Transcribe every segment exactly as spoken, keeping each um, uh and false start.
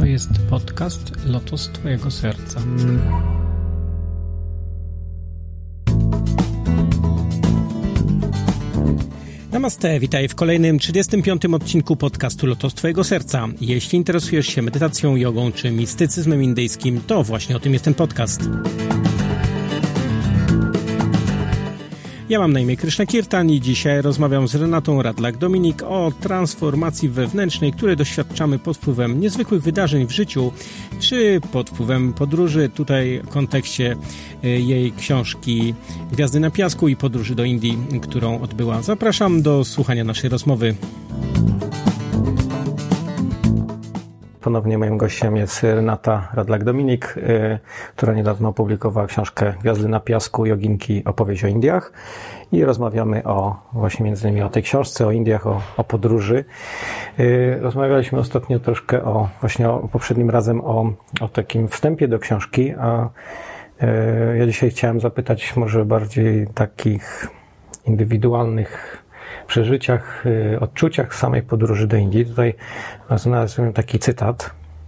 To jest podcast Lotos Twojego Serca. Namaste, witaj w kolejnym trzydziestym piątym odcinku podcastu Lotos Twojego Serca. Jeśli interesujesz się medytacją, jogą czy mistycyzmem indyjskim, to właśnie o tym jest ten podcast. Ja mam na imię Krishna Kirtan i dzisiaj rozmawiam z Renatą Radlak-Dominik o transformacji wewnętrznej, której doświadczamy pod wpływem niezwykłych wydarzeń w życiu, czy pod wpływem podróży, tutaj w kontekście jej książki Gwiazdy na piasku i podróży do Indii, którą odbyła. Zapraszam do słuchania naszej rozmowy. Ponownie moim gościem jest Renata Radlak-Dominik, yy, która niedawno opublikowała książkę Gwiazdy na piasku, joginki, opowieść o Indiach. I rozmawiamy o właśnie między innymi o tej książce, o Indiach, o, o podróży. Yy, rozmawialiśmy ostatnio troszkę o, właśnie o, poprzednim razem o, o takim wstępie do książki, a yy, ja dzisiaj chciałem zapytać może bardziej takich indywidualnych przeżyciach, odczuciach samej podróży do Indii. Tutaj znalazłem taki cytat,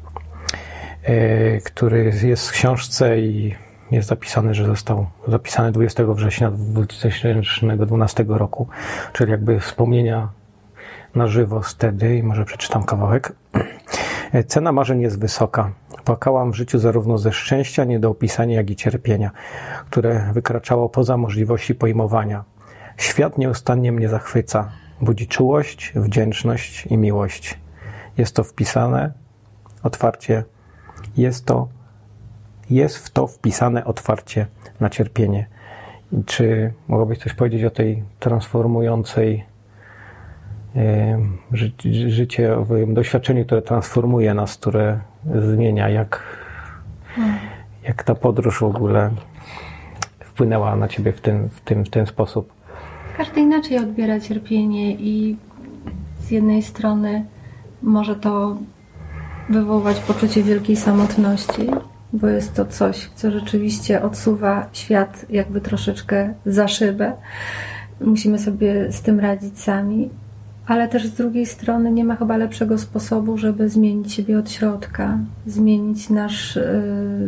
który jest w książce i jest zapisany, że został zapisany dwudziestego września dwa tysiące dwunastego roku, czyli jakby wspomnienia na żywo wtedy i może przeczytam kawałek. Cena marzeń jest wysoka. Płakałam w życiu zarówno ze szczęścia, nie do opisania, jak i cierpienia, które wykraczało poza możliwości pojmowania. Świat nieustannie mnie zachwyca, budzi czułość, wdzięczność i miłość. Jest to wpisane otwarcie, jest to, jest w to wpisane otwarcie na cierpienie. I czy mogłabyś coś powiedzieć o tej transformującej e, ży, życiowym doświadczeniu, które transformuje nas, które zmienia, jak, hmm. jak ta podróż w ogóle wpłynęła na ciebie w ten, w tym, w ten sposób? Każdy inaczej odbiera cierpienie i z jednej strony może to wywoływać poczucie wielkiej samotności, bo jest to coś, co rzeczywiście odsuwa świat jakby troszeczkę za szybę. Musimy sobie z tym radzić sami, ale też z drugiej strony nie ma chyba lepszego sposobu, żeby zmienić siebie od środka, zmienić nasz, yy,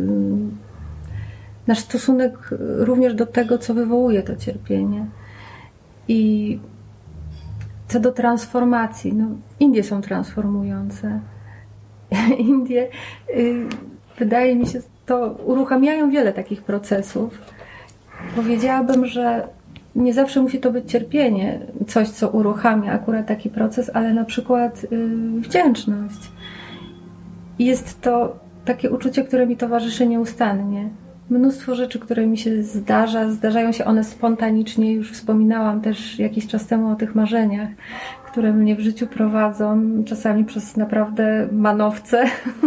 nasz stosunek również do tego, co wywołuje to cierpienie. I co do transformacji, no Indie są transformujące. Indie, y, wydaje mi się, to uruchamiają wiele takich procesów. Powiedziałabym, że nie zawsze musi to być cierpienie, coś co uruchamia akurat taki proces, ale na przykład y, wdzięczność. I jest to takie uczucie, które mi towarzyszy nieustannie. Mnóstwo rzeczy, które mi się zdarza, zdarzają się one spontanicznie. Już wspominałam też jakiś czas temu o tych marzeniach, które mnie w życiu prowadzą, czasami przez naprawdę manowce.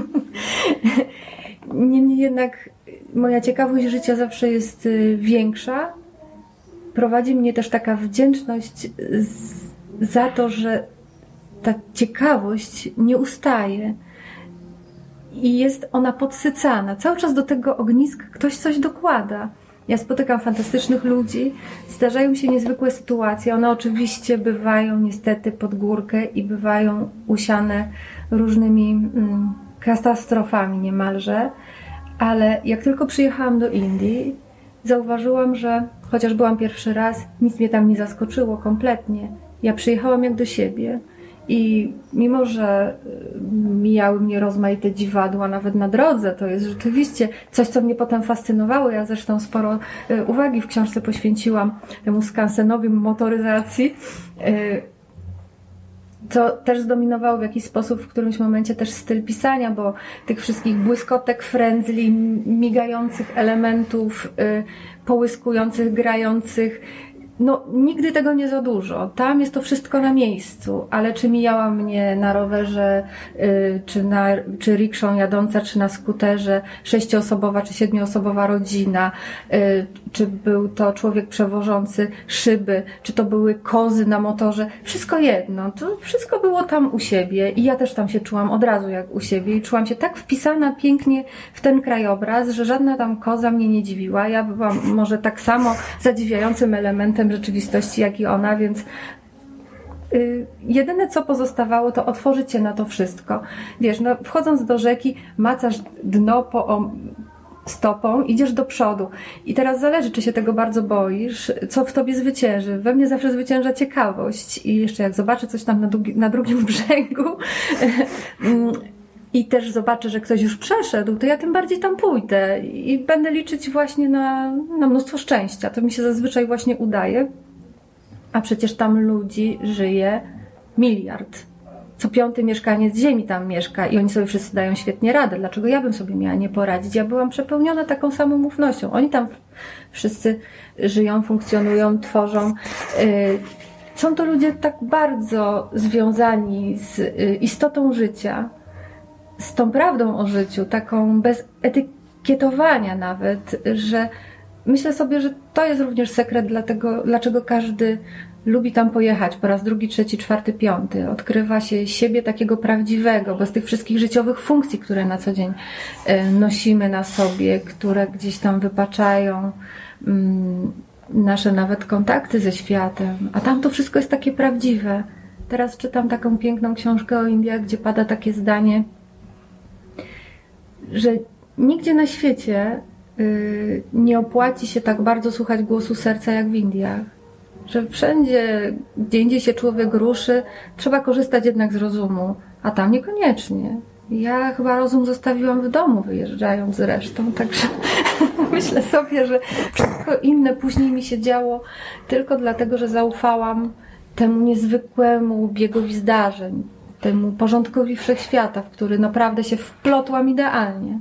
Niemniej jednak moja ciekawość życia zawsze jest większa. Prowadzi mnie też taka wdzięczność za to, że ta ciekawość nie ustaje. I jest ona podsycana. Cały czas do tego ogniska ktoś coś dokłada. Ja spotykam fantastycznych ludzi, zdarzają się niezwykłe sytuacje. One oczywiście bywają niestety pod górkę i bywają usiane różnymi mm, katastrofami niemalże. Ale jak tylko przyjechałam do Indii, zauważyłam, że chociaż byłam pierwszy raz, nic mnie tam nie zaskoczyło kompletnie. Ja przyjechałam jak do siebie. I mimo, że mijały mnie rozmaite dziwadła nawet na drodze, to jest rzeczywiście coś, co mnie potem fascynowało. Ja zresztą sporo uwagi w książce poświęciłam temu skansenowi motoryzacji, co też zdominowało w jakiś sposób w którymś momencie też styl pisania, bo tych wszystkich błyskotek, frędzli, migających elementów, połyskujących, grających, no nigdy tego nie za dużo. Tam jest to wszystko na miejscu, ale czy mijała mnie na rowerze, yy, czy, na, czy rikszą jadąca, czy na skuterze sześcioosobowa, czy siedmioosobowa rodzina, yy, czy był to człowiek przewożący szyby, czy to były kozy na motorze, wszystko jedno. To wszystko było tam u siebie i ja też tam się czułam od razu jak u siebie i czułam się tak wpisana pięknie w ten krajobraz, że żadna tam koza mnie nie dziwiła. Ja byłam może tak samo zadziwiającym elementem rzeczywistości, jak i ona, więc y, jedyne co pozostawało, to otworzyć się na to wszystko. Wiesz, no, wchodząc do rzeki, macasz dno po o, stopą, idziesz do przodu. I teraz zależy, czy się tego bardzo boisz, co w tobie zwycięży. We mnie zawsze zwycięża ciekawość i jeszcze jak zobaczę coś tam na, drugi, na drugim brzegu i też zobaczę, że ktoś już przeszedł, to ja tym bardziej tam pójdę i będę liczyć właśnie na, na mnóstwo szczęścia. To mi się zazwyczaj właśnie udaje. A przecież tam ludzi żyje miliard. Co piąty mieszkaniec ziemi tam mieszka i oni sobie wszyscy dają świetnie radę. Dlaczego ja bym sobie miała nie poradzić? Ja byłam przepełniona taką samą ufnością. Oni tam wszyscy żyją, funkcjonują, tworzą. Są to ludzie tak bardzo związani z istotą życia, z tą prawdą o życiu, taką bez etykietowania nawet, że myślę sobie, że to jest również sekret dlatego, dlaczego każdy lubi tam pojechać po raz drugi, trzeci, czwarty, piąty. Odkrywa się siebie takiego prawdziwego, bez tych wszystkich życiowych funkcji, które na co dzień nosimy na sobie, które gdzieś tam wypaczają nasze nawet kontakty ze światem. A tam to wszystko jest takie prawdziwe. Teraz czytam taką piękną książkę o Indiach, gdzie pada takie zdanie, że nigdzie na świecie nie opłaci się tak bardzo słuchać głosu serca jak w Indiach. Że wszędzie, gdzie indziej się człowiek ruszy, trzeba korzystać jednak z rozumu, a tam niekoniecznie. Ja chyba rozum zostawiłam w domu, wyjeżdżając zresztą, także myślę sobie, że wszystko inne później mi się działo tylko dlatego, że zaufałam temu niezwykłemu biegowi zdarzeń, temu porządkowi wszechświata, w który naprawdę się wplotłam idealnie.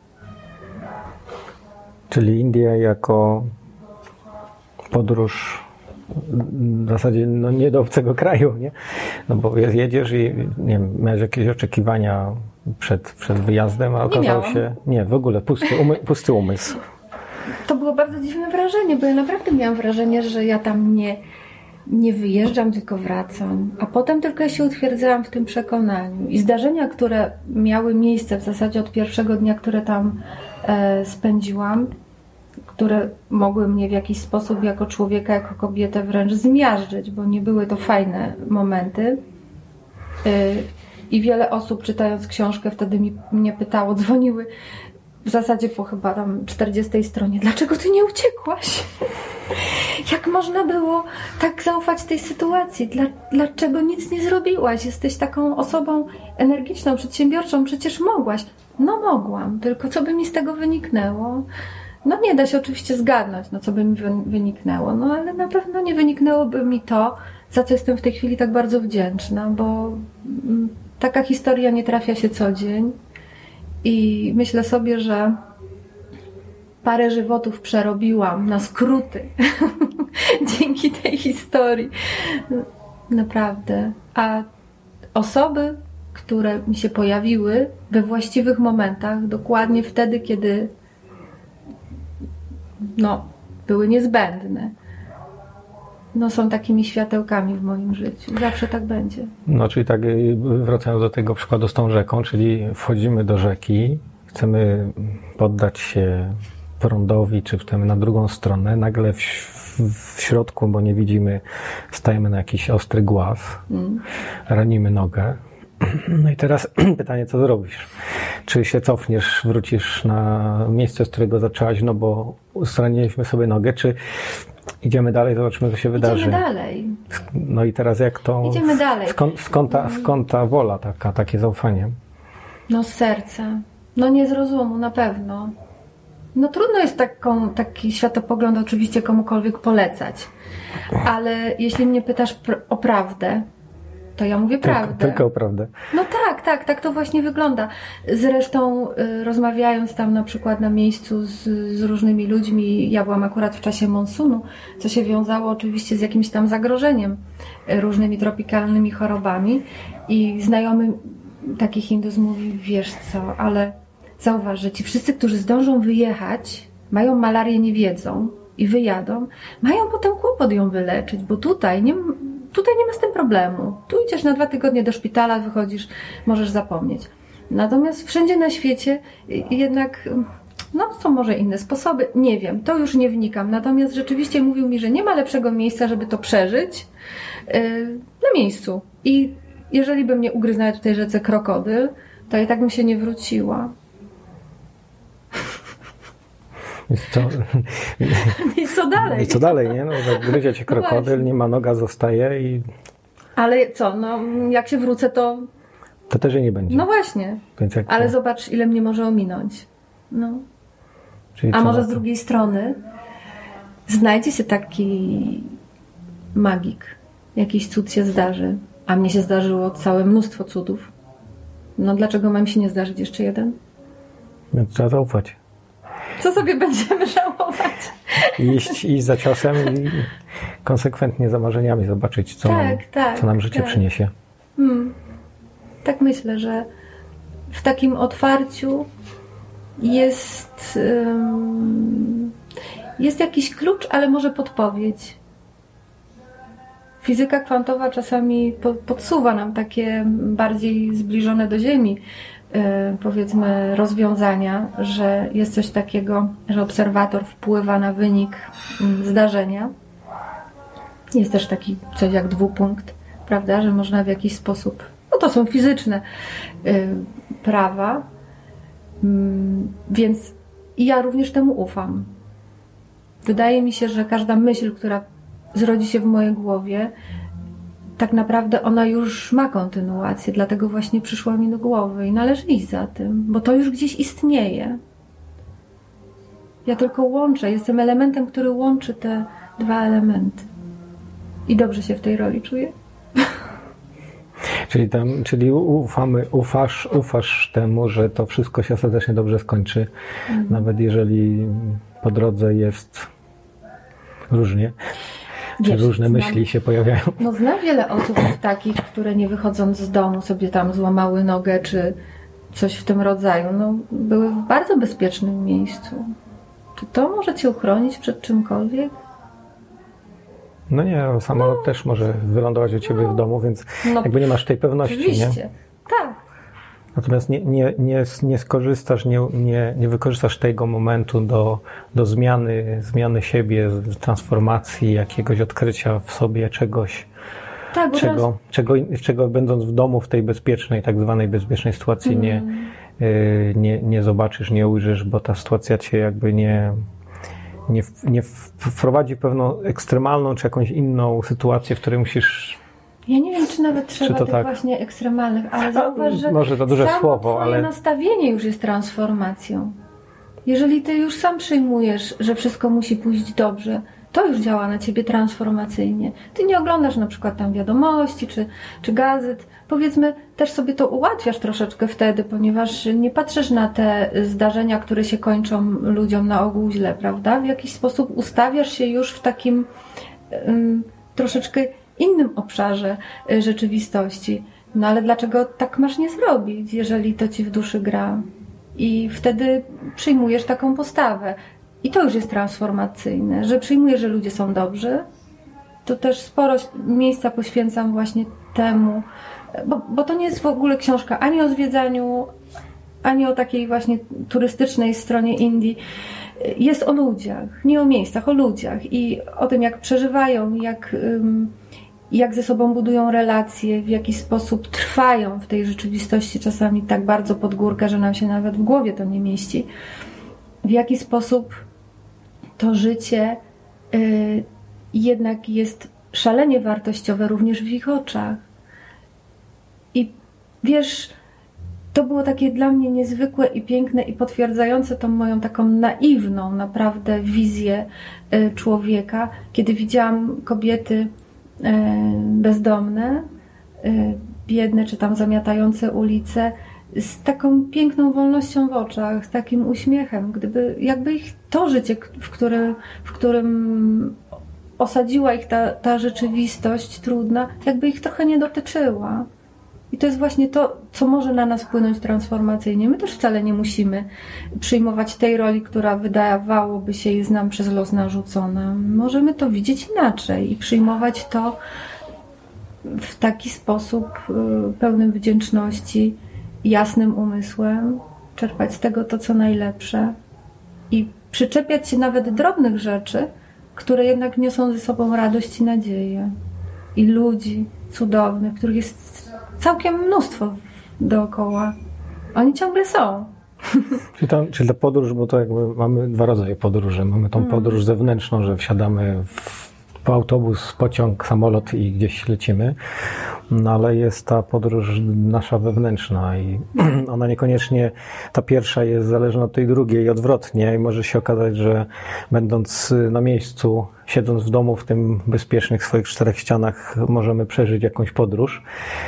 Czyli India jako podróż w zasadzie no nie do obcego kraju, nie? No bo jedziesz i nie wiem, miałeś jakieś oczekiwania przed, przed wyjazdem, a okazało się, nie, w ogóle pusty, umy, pusty umysł. To było bardzo dziwne wrażenie, bo ja naprawdę miałam wrażenie, że ja tam nie, nie wyjeżdżam, tylko wracam. A potem tylko ja się utwierdzałam w tym przekonaniu. I zdarzenia, które miały miejsce w zasadzie od pierwszego dnia, które tam e, spędziłam, które mogły mnie w jakiś sposób jako człowieka, jako kobietę wręcz zmiażdżyć, bo nie były to fajne momenty. I wiele osób, czytając książkę, wtedy mi, mnie pytało, dzwoniły w zasadzie po chyba tam czterdziestej stronie. Dlaczego ty nie uciekłaś? Jak można było tak zaufać tej sytuacji? Dla, dlaczego nic nie zrobiłaś? Jesteś taką osobą energiczną, przedsiębiorczą, przecież mogłaś. No mogłam, tylko co by mi z tego wyniknęło? No nie da się oczywiście zgadnąć, no co by mi wyniknęło, no ale na pewno nie wyniknęłoby mi to, za co jestem w tej chwili tak bardzo wdzięczna, bo taka historia nie trafia się co dzień i myślę sobie, że parę żywotów przerobiłam na skróty dzięki tej historii. Naprawdę. A osoby, które mi się pojawiły we właściwych momentach, dokładnie wtedy, kiedy no, były niezbędne. No, są takimi światełkami w moim życiu. Zawsze tak będzie. No, czyli tak, wracając do tego przykładu z tą rzeką, czyli wchodzimy do rzeki, chcemy poddać się prądowi, czy chcemy na drugą stronę, nagle w, w środku, bo nie widzimy, stajemy na jakiś ostry głaz, mm. ranimy nogę. No i teraz pytanie, co zrobisz? Czy się cofniesz, wrócisz na miejsce, z którego zaczęłaś, no bo zraniliśmy sobie nogę, czy idziemy dalej, zobaczymy, co się wydarzy? Idziemy dalej. No i teraz jak to... Idziemy dalej. Skąd, skąd, ta, skąd ta wola, taka, takie zaufanie? No z serca. No nie z rozumu, na pewno. No trudno jest taką, taki światopogląd oczywiście komukolwiek polecać. Ale jeśli mnie pytasz pr- o prawdę, to ja mówię tylko, prawdę. Tylko o prawdę. No tak, tak, tak to właśnie wygląda. Zresztą y, rozmawiając tam na przykład na miejscu z, z różnymi ludźmi, ja byłam akurat w czasie monsunu, co się wiązało oczywiście z jakimś tam zagrożeniem, y, różnymi tropikalnymi chorobami i znajomy taki Hindus mówi, wiesz co, ale zauważ, że ci wszyscy, którzy zdążą wyjechać, mają malarię, nie wiedzą i wyjadą, mają potem kłopot ją wyleczyć, bo tutaj nie Tutaj nie ma z tym problemu. Tu idziesz na dwa tygodnie do szpitala, wychodzisz, możesz zapomnieć. Natomiast wszędzie na świecie jednak, no są może inne sposoby, nie wiem, to już nie wnikam. Natomiast rzeczywiście mówił mi, że nie ma lepszego miejsca, żeby to przeżyć, na miejscu. I jeżeli by mnie ugryzł nawet w tej rzece krokodyl, to i tak bym się nie wróciła. Co? I co dalej? I co dalej, nie? No, gryzie cię krokodyl, no nie ma, noga zostaje i... Ale co, no jak się wrócę, to... To też jej nie będzie. No właśnie. Więc jak ale to... zobacz, ile mnie może ominąć. No. Czyli A może to... z drugiej strony znajdzie się taki magik. Jakiś cud się zdarzy. A mnie się zdarzyło całe mnóstwo cudów. No dlaczego mam się nie zdarzyć jeszcze jeden? Więc trzeba zaufać. Co sobie będziemy żałować? Iść, iść za ciosem i konsekwentnie za marzeniami zobaczyć, co, tak, nam, tak, co nam życie tak. przyniesie. Hmm. Tak myślę, że w takim otwarciu jest, um, jest jakiś klucz, ale może podpowiedź. Fizyka kwantowa czasami po, podsuwa nam takie bardziej zbliżone do Ziemi, yy, powiedzmy, rozwiązania, że jest coś takiego, że obserwator wpływa na wynik yy, zdarzenia. Jest też taki coś jak dwupunkt, prawda, że można w jakiś sposób, no to są fizyczne yy, prawa, yy, więc i ja również temu ufam. Wydaje mi się, że każda myśl, która zrodzi się w mojej głowie, tak naprawdę ona już ma kontynuację, dlatego właśnie przyszła mi do głowy i należy iść za tym, bo to już gdzieś istnieje. Ja tylko łączę, jestem elementem, który łączy te dwa elementy. I dobrze się w tej roli czuję. Czyli, tam, czyli ufamy, ufasz, ufasz temu, że to wszystko się ostatecznie dobrze skończy, mhm. nawet jeżeli po drodze jest różnie. Czy Wiesz, różne znam, myśli się pojawiają? No znam wiele osób takich, które nie wychodząc z domu sobie tam złamały nogę, czy coś w tym rodzaju. No, były w bardzo bezpiecznym miejscu. Czy to może cię uchronić przed czymkolwiek? No nie, samolot no. też może wylądować u ciebie no. w domu, więc no, jakby nie masz tej pewności. Oczywiście, nie? tak. Natomiast nie, nie, nie, nie skorzystasz, nie, nie, nie wykorzystasz tego momentu do, do zmiany, zmiany siebie, transformacji, jakiegoś odkrycia w sobie czegoś, tak, czego, teraz... czego, czego będąc w domu w tej bezpiecznej, tak zwanej bezpiecznej sytuacji mm. nie, yy, nie, nie zobaczysz, nie ujrzysz, bo ta sytuacja cię jakby nie, nie, nie wprowadzi w pewną ekstremalną czy jakąś inną sytuację, w której musisz... Ja nie wiem, czy nawet trzeba czy to tych tak? właśnie ekstremalnych, ale zauważ, że może to duże samo słowo, twoje ale nastawienie już jest transformacją. Jeżeli ty już sam przyjmujesz, że wszystko musi pójść dobrze, to już działa na ciebie transformacyjnie. Ty nie oglądasz na przykład tam wiadomości czy, czy gazet. Powiedzmy, też sobie to ułatwiasz troszeczkę wtedy, ponieważ nie patrzysz na te zdarzenia, które się kończą ludziom na ogół źle, prawda? W jakiś sposób ustawiasz się już w takim um, troszeczkę innym obszarze rzeczywistości. No ale dlaczego tak masz nie zrobić, jeżeli to ci w duszy gra? I wtedy przyjmujesz taką postawę. I to już jest transformacyjne, że przyjmujesz, że ludzie są dobrzy. To też sporo miejsca poświęcam właśnie temu, bo, bo to nie jest w ogóle książka ani o zwiedzaniu, ani o takiej właśnie turystycznej stronie Indii. Jest o ludziach, nie o miejscach, o ludziach i o tym, jak przeżywają, jak... Um, jak ze sobą budują relacje, w jaki sposób trwają w tej rzeczywistości, czasami tak bardzo pod górkę, że nam się nawet w głowie to nie mieści. W jaki sposób to życie y, jednak jest szalenie wartościowe również w ich oczach. I wiesz, to było takie dla mnie niezwykłe i piękne i potwierdzające tą moją taką naiwną naprawdę wizję y, człowieka, kiedy widziałam kobiety bezdomne, biedne, czy tam zamiatające ulice, z taką piękną wolnością w oczach, z takim uśmiechem, gdyby jakby ich to życie, w którym, w którym osadziła ich ta, ta rzeczywistość trudna, jakby ich trochę nie dotyczyła. I to jest właśnie to, co może na nas wpłynąć transformacyjnie. My też wcale nie musimy przyjmować tej roli, która wydawałoby się jest nam przez los narzucona. Możemy to widzieć inaczej i przyjmować to w taki sposób pełnym wdzięczności, jasnym umysłem, czerpać z tego to, co najlepsze i przyczepiać się nawet drobnych rzeczy, które jednak niosą ze sobą radość i nadzieję. i ludzi cudownych, których jest całkiem mnóstwo dookoła. Oni ciągle są. Czyli, ta, czyli ta podróż, bo to jakby mamy dwa rodzaje podróży. Mamy tą podróż zewnętrzną, że wsiadamy w, po autobus, pociąg, samolot i gdzieś lecimy. No ale jest ta podróż nasza wewnętrzna i ona niekoniecznie, ta pierwsza jest zależna od tej drugiej i odwrotnie i może się okazać, że będąc na miejscu, siedząc w domu w tym bezpiecznych swoich czterech ścianach możemy przeżyć jakąś podróż,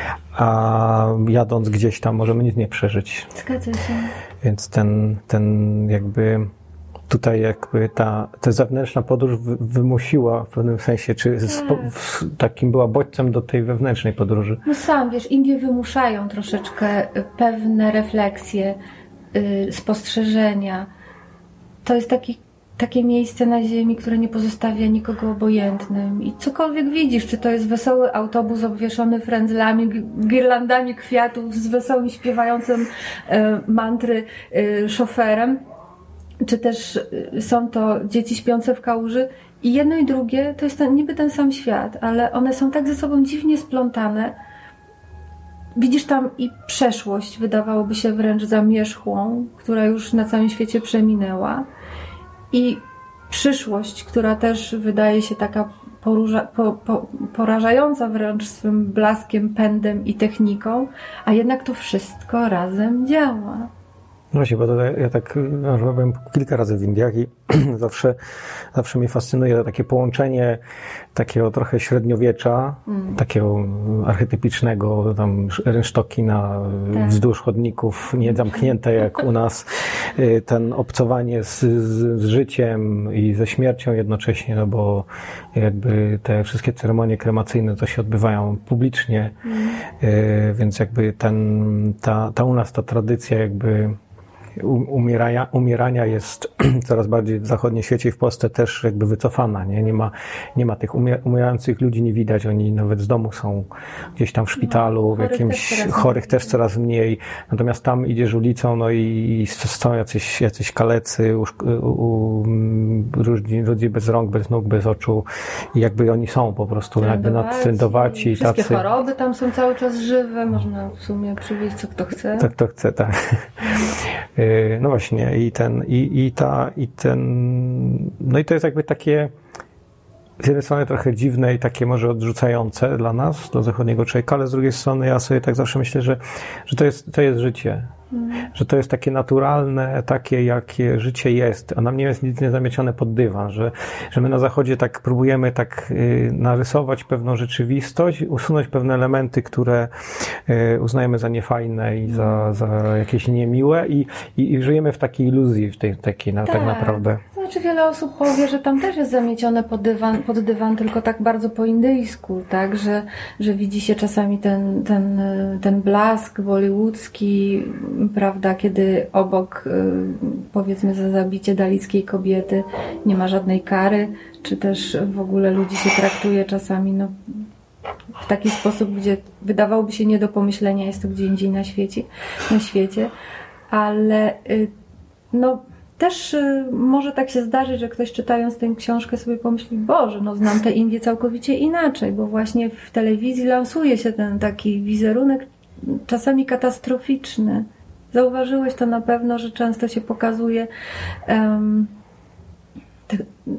a jadąc gdzieś tam możemy nic nie przeżyć. Zgadza się. Więc ten, ten jakby tutaj jakby ta, ta zewnętrzna podróż wymusiła w pewnym sensie, czy tak. spo, takim była bodźcem do tej wewnętrznej podróży. No sam, wiesz, Indie wymuszają troszeczkę pewne refleksje, yy, spostrzeżenia. To jest taki, takie miejsce na ziemi, które nie pozostawia nikogo obojętnym. I cokolwiek widzisz, czy to jest wesoły autobus obwieszony frędzlami, girlandami kwiatów z wesołym, śpiewającym yy, mantry yy, szoferem, czy też są to dzieci śpiące w kałuży i jedno i drugie to jest ten, niby ten sam świat, ale one są tak ze sobą dziwnie splątane. Widzisz tam i przeszłość, wydawałoby się wręcz zamierzchłą, która już na całym świecie przeminęła, i przyszłość, która też wydaje się taka poróża, po, po, porażająca wręcz swym blaskiem, pędem i techniką, a jednak to wszystko razem działa. No właśnie, bo to ja tak byłem kilka razy w Indiach i zawsze, zawsze mnie fascynuje takie połączenie takiego trochę średniowiecza, mm. takiego archetypicznego, tam rynsztoki na tak. wzdłuż chodników, nie zamknięte jak u nas, ten obcowanie z, z, z życiem i ze śmiercią jednocześnie, no bo jakby te wszystkie ceremonie kremacyjne to się odbywają publicznie, mm. więc jakby ten, ta, ta u nas ta tradycja jakby Umierania, umierania jest coraz bardziej w zachodnim świecie i w Polsce też jakby wycofana, nie? Nie ma, nie ma tych umierających ludzi, nie widać, oni nawet z domu są gdzieś tam w szpitalu, w jakimś, też chorych też coraz mniej, natomiast tam idziesz ulicą, no i są jacyś, jacyś kalecy, u, u, różni ludzie bez rąk, bez nóg, bez oczu i jakby oni są po prostu jakby nadtrędowaci. Wszystkie tacy. choroby tam są cały czas żywe, można w sumie przywieźć co kto chce. Tak, kto chce, tak. No właśnie, i ten, i, i ta, i ten, no i to jest jakby takie z jednej strony trochę dziwne i takie może odrzucające dla nas, do zachodniego człowieka, ale z drugiej strony ja sobie tak zawsze myślę, że, że to jest, to jest życie. Mm. Że to jest takie naturalne, takie jakie życie jest, a nam nie jest nic nie zamiecione pod dywan, że, że my na zachodzie tak próbujemy tak y, narysować pewną rzeczywistość, usunąć pewne elementy, które y, uznajemy za niefajne i za, za jakieś niemiłe i, i, i żyjemy w takiej iluzji, w tej takiej na, tak. tak naprawdę. Znaczy wiele osób powie, że tam też jest zamiecione pod dywan, pod dywan tylko tak bardzo po indyjsku, tak, że, że widzi się czasami ten, ten, ten blask bollywoodzki, prawda, kiedy obok, powiedzmy, za zabicie dalickiej kobiety nie ma żadnej kary, czy też w ogóle ludzi się traktuje czasami no, w taki sposób, gdzie wydawałoby się nie do pomyślenia, jest to gdzie indziej na świecie, na świecie, ale no też może tak się zdarzyć, że ktoś czytając tę książkę sobie pomyśli, Boże, no znam tę Indię całkowicie inaczej, bo właśnie w telewizji lansuje się ten taki wizerunek czasami katastroficzny. Zauważyłeś to na pewno, że często się pokazuje um, te,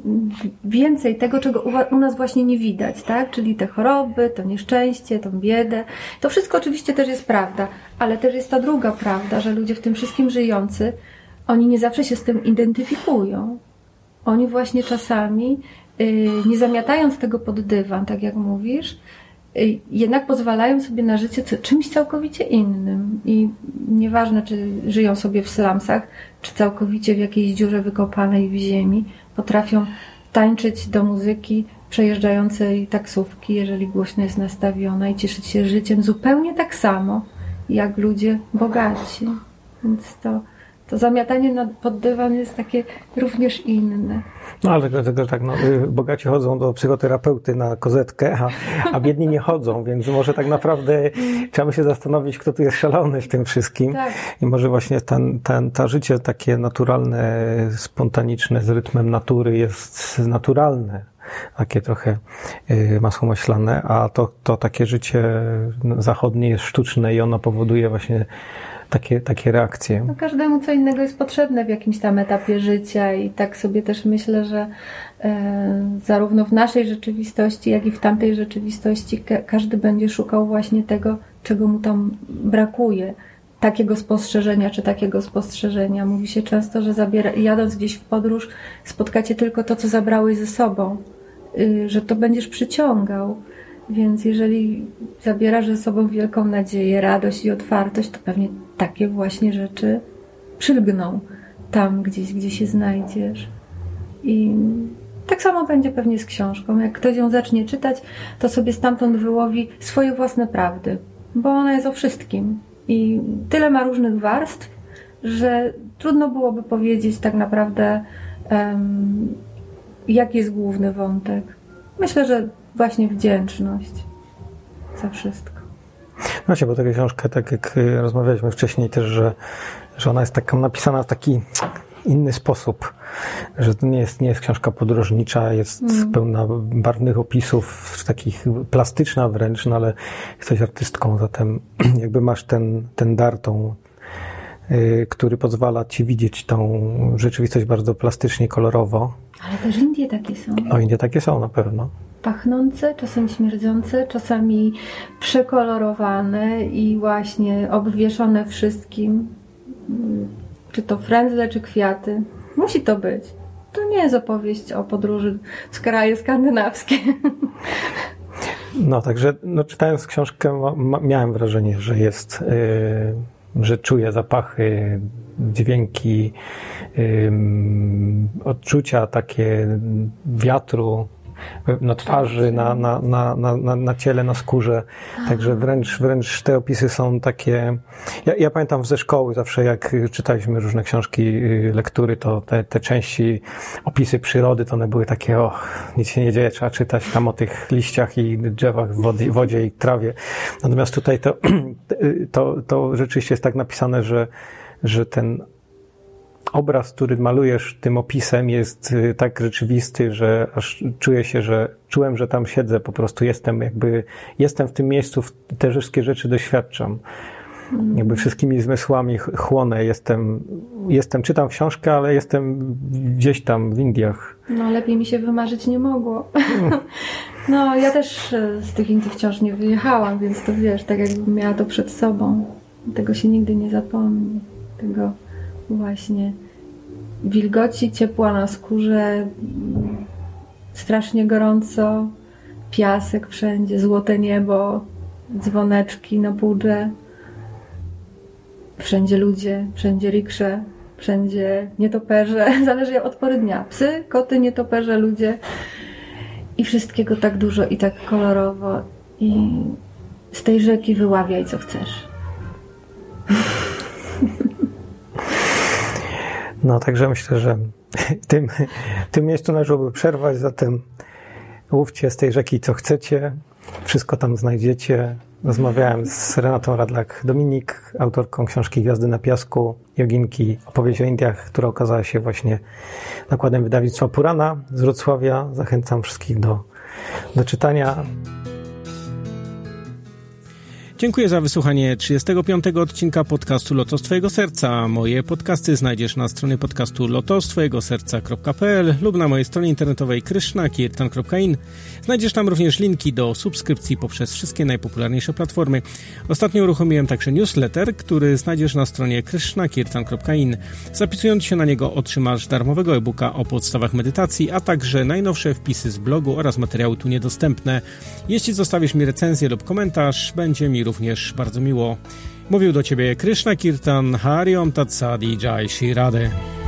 więcej tego, czego u, u nas właśnie nie widać, tak? Czyli te choroby, to nieszczęście, tą biedę. To wszystko oczywiście też jest prawda, ale też jest ta druga prawda, że ludzie w tym wszystkim żyjący, oni nie zawsze się z tym identyfikują. Oni właśnie czasami, yy, nie zamiatając tego pod dywan, tak jak mówisz, yy, jednak pozwalają sobie na życie czymś całkowicie innym. I nieważne, czy żyją sobie w slumsach, czy całkowicie w jakiejś dziurze wykopanej w ziemi, potrafią tańczyć do muzyki przejeżdżającej taksówki, jeżeli głośno jest nastawiona, i cieszyć się życiem zupełnie tak samo, jak ludzie bogaci. Więc to To zamiatanie na, pod dywan jest takie również inne. No ale dlatego tak, no, bogaci chodzą do psychoterapeuty na kozetkę, a, a biedni nie chodzą, więc może tak naprawdę trzeba by się zastanowić, kto tu jest szalony w tym wszystkim. Tak. I może właśnie ten, ten, ta życie takie naturalne, spontaniczne, z rytmem natury jest naturalne. takie trochę masło maślane, a to, to takie życie zachodnie jest sztuczne i ono powoduje właśnie takie, takie reakcje. No, każdemu co innego jest potrzebne w jakimś tam etapie życia i tak sobie też myślę, że e, zarówno w naszej rzeczywistości, jak i w tamtej rzeczywistości ka- każdy będzie szukał właśnie tego, czego mu tam brakuje. Takiego spostrzeżenia czy takiego spostrzeżenia. Mówi się często, że zabiera, jadąc gdzieś w podróż spotkacie tylko to, co zabrałeś ze sobą, yy, że to będziesz przyciągał. Więc jeżeli zabierasz ze sobą wielką nadzieję, radość i otwartość, to pewnie takie właśnie rzeczy przylgną tam gdzieś, gdzie się znajdziesz. I tak samo będzie pewnie z książką. Jak ktoś ją zacznie czytać, to sobie stamtąd wyłowi swoje własne prawdy, bo ona jest o wszystkim. I tyle ma różnych warstw, że trudno byłoby powiedzieć tak naprawdę, um, jaki jest główny wątek. Myślę, że właśnie wdzięczność za wszystko. No właśnie, bo tę książkę, tak jak rozmawialiśmy wcześniej też, że, że ona jest taką napisana w taki inny sposób, że to nie jest, nie jest książka podróżnicza, jest mm. pełna barwnych opisów, takich plastyczna wręcz, no ale jesteś artystką, zatem jakby masz ten, ten dar, tą, yy, który pozwala ci widzieć tą rzeczywistość bardzo plastycznie, kolorowo. Ale też Indie takie są. No Indie takie są na pewno. Pachnące, czasem śmierdzące, czasami przekolorowane i właśnie obwieszone wszystkim. Czy to frędzle, czy kwiaty. Musi to być. To nie jest opowieść o podróży w kraje skandynawskie. No, także no, czytając książkę ma, ma, miałem wrażenie, że jest, yy, że czuję zapachy, dźwięki, yy, odczucia takie wiatru na twarzy, na, na, na, na, na ciele, na skórze. Także wręcz, wręcz te opisy są takie... Ja, ja pamiętam ze szkoły zawsze, jak czytaliśmy różne książki, lektury, to te, te części, opisy przyrody, to one były takie, o, nic się nie dzieje, trzeba czytać tam o tych liściach i drzewach, wodzie, wodzie i trawie. Natomiast tutaj to, to, to rzeczywiście jest tak napisane, że, że ten obraz, który malujesz tym opisem, jest tak rzeczywisty, że aż czuję się, że czułem, że tam siedzę, po prostu jestem jakby, jestem w tym miejscu, te wszystkie rzeczy doświadczam. Mm. Jakby wszystkimi zmysłami chłonę, jestem, jestem, czytam książkę, ale jestem gdzieś tam w Indiach. No lepiej mi się wymarzyć nie mogło. Mm. No ja też z tych Indii wciąż nie wyjechałam, więc to wiesz, tak jakbym miała to przed sobą. Tego się nigdy nie zapomni. Tego właśnie wilgoci, ciepła na skórze, strasznie gorąco, piasek wszędzie, złote niebo, dzwoneczki na pudrze, wszędzie ludzie, wszędzie riksze, wszędzie nietoperze, zależy od pory dnia. Psy, koty, nietoperze, ludzie i wszystkiego tak dużo i tak kolorowo i z tej rzeki wyławiaj co chcesz. No, także myślę, że w tym, w tym miejscu należałoby przerwać, zatem łówcie z tej rzeki co chcecie, wszystko tam znajdziecie. Rozmawiałem z Renatą Radlak-Dominik, autorką książki Gwiazdy na piasku, joginki, opowieść o Indiach, która okazała się właśnie nakładem wydawnictwa Purana z Wrocławia. Zachęcam wszystkich do, do czytania. Dziękuję za wysłuchanie trzydziestego piątego odcinka podcastu Lotos Twojego Serca. Moje podcasty znajdziesz na stronie podcastu lotos twojego serca kropka p l lub na mojej stronie internetowej krishna kirtan kropka in. Znajdziesz tam również linki do subskrypcji poprzez wszystkie najpopularniejsze platformy. Ostatnio uruchomiłem także newsletter, który znajdziesz na stronie krishna kirtan kropka in. Zapisując się na niego otrzymasz darmowego e-booka o podstawach medytacji, a także najnowsze wpisy z blogu oraz materiały tu niedostępne. Jeśli zostawisz mi recenzję lub komentarz, będzie mi również bardzo miło. Mówił do Ciebie Krishna Kirtan, Hari Om Tat Sat, Jai Shri Radhe.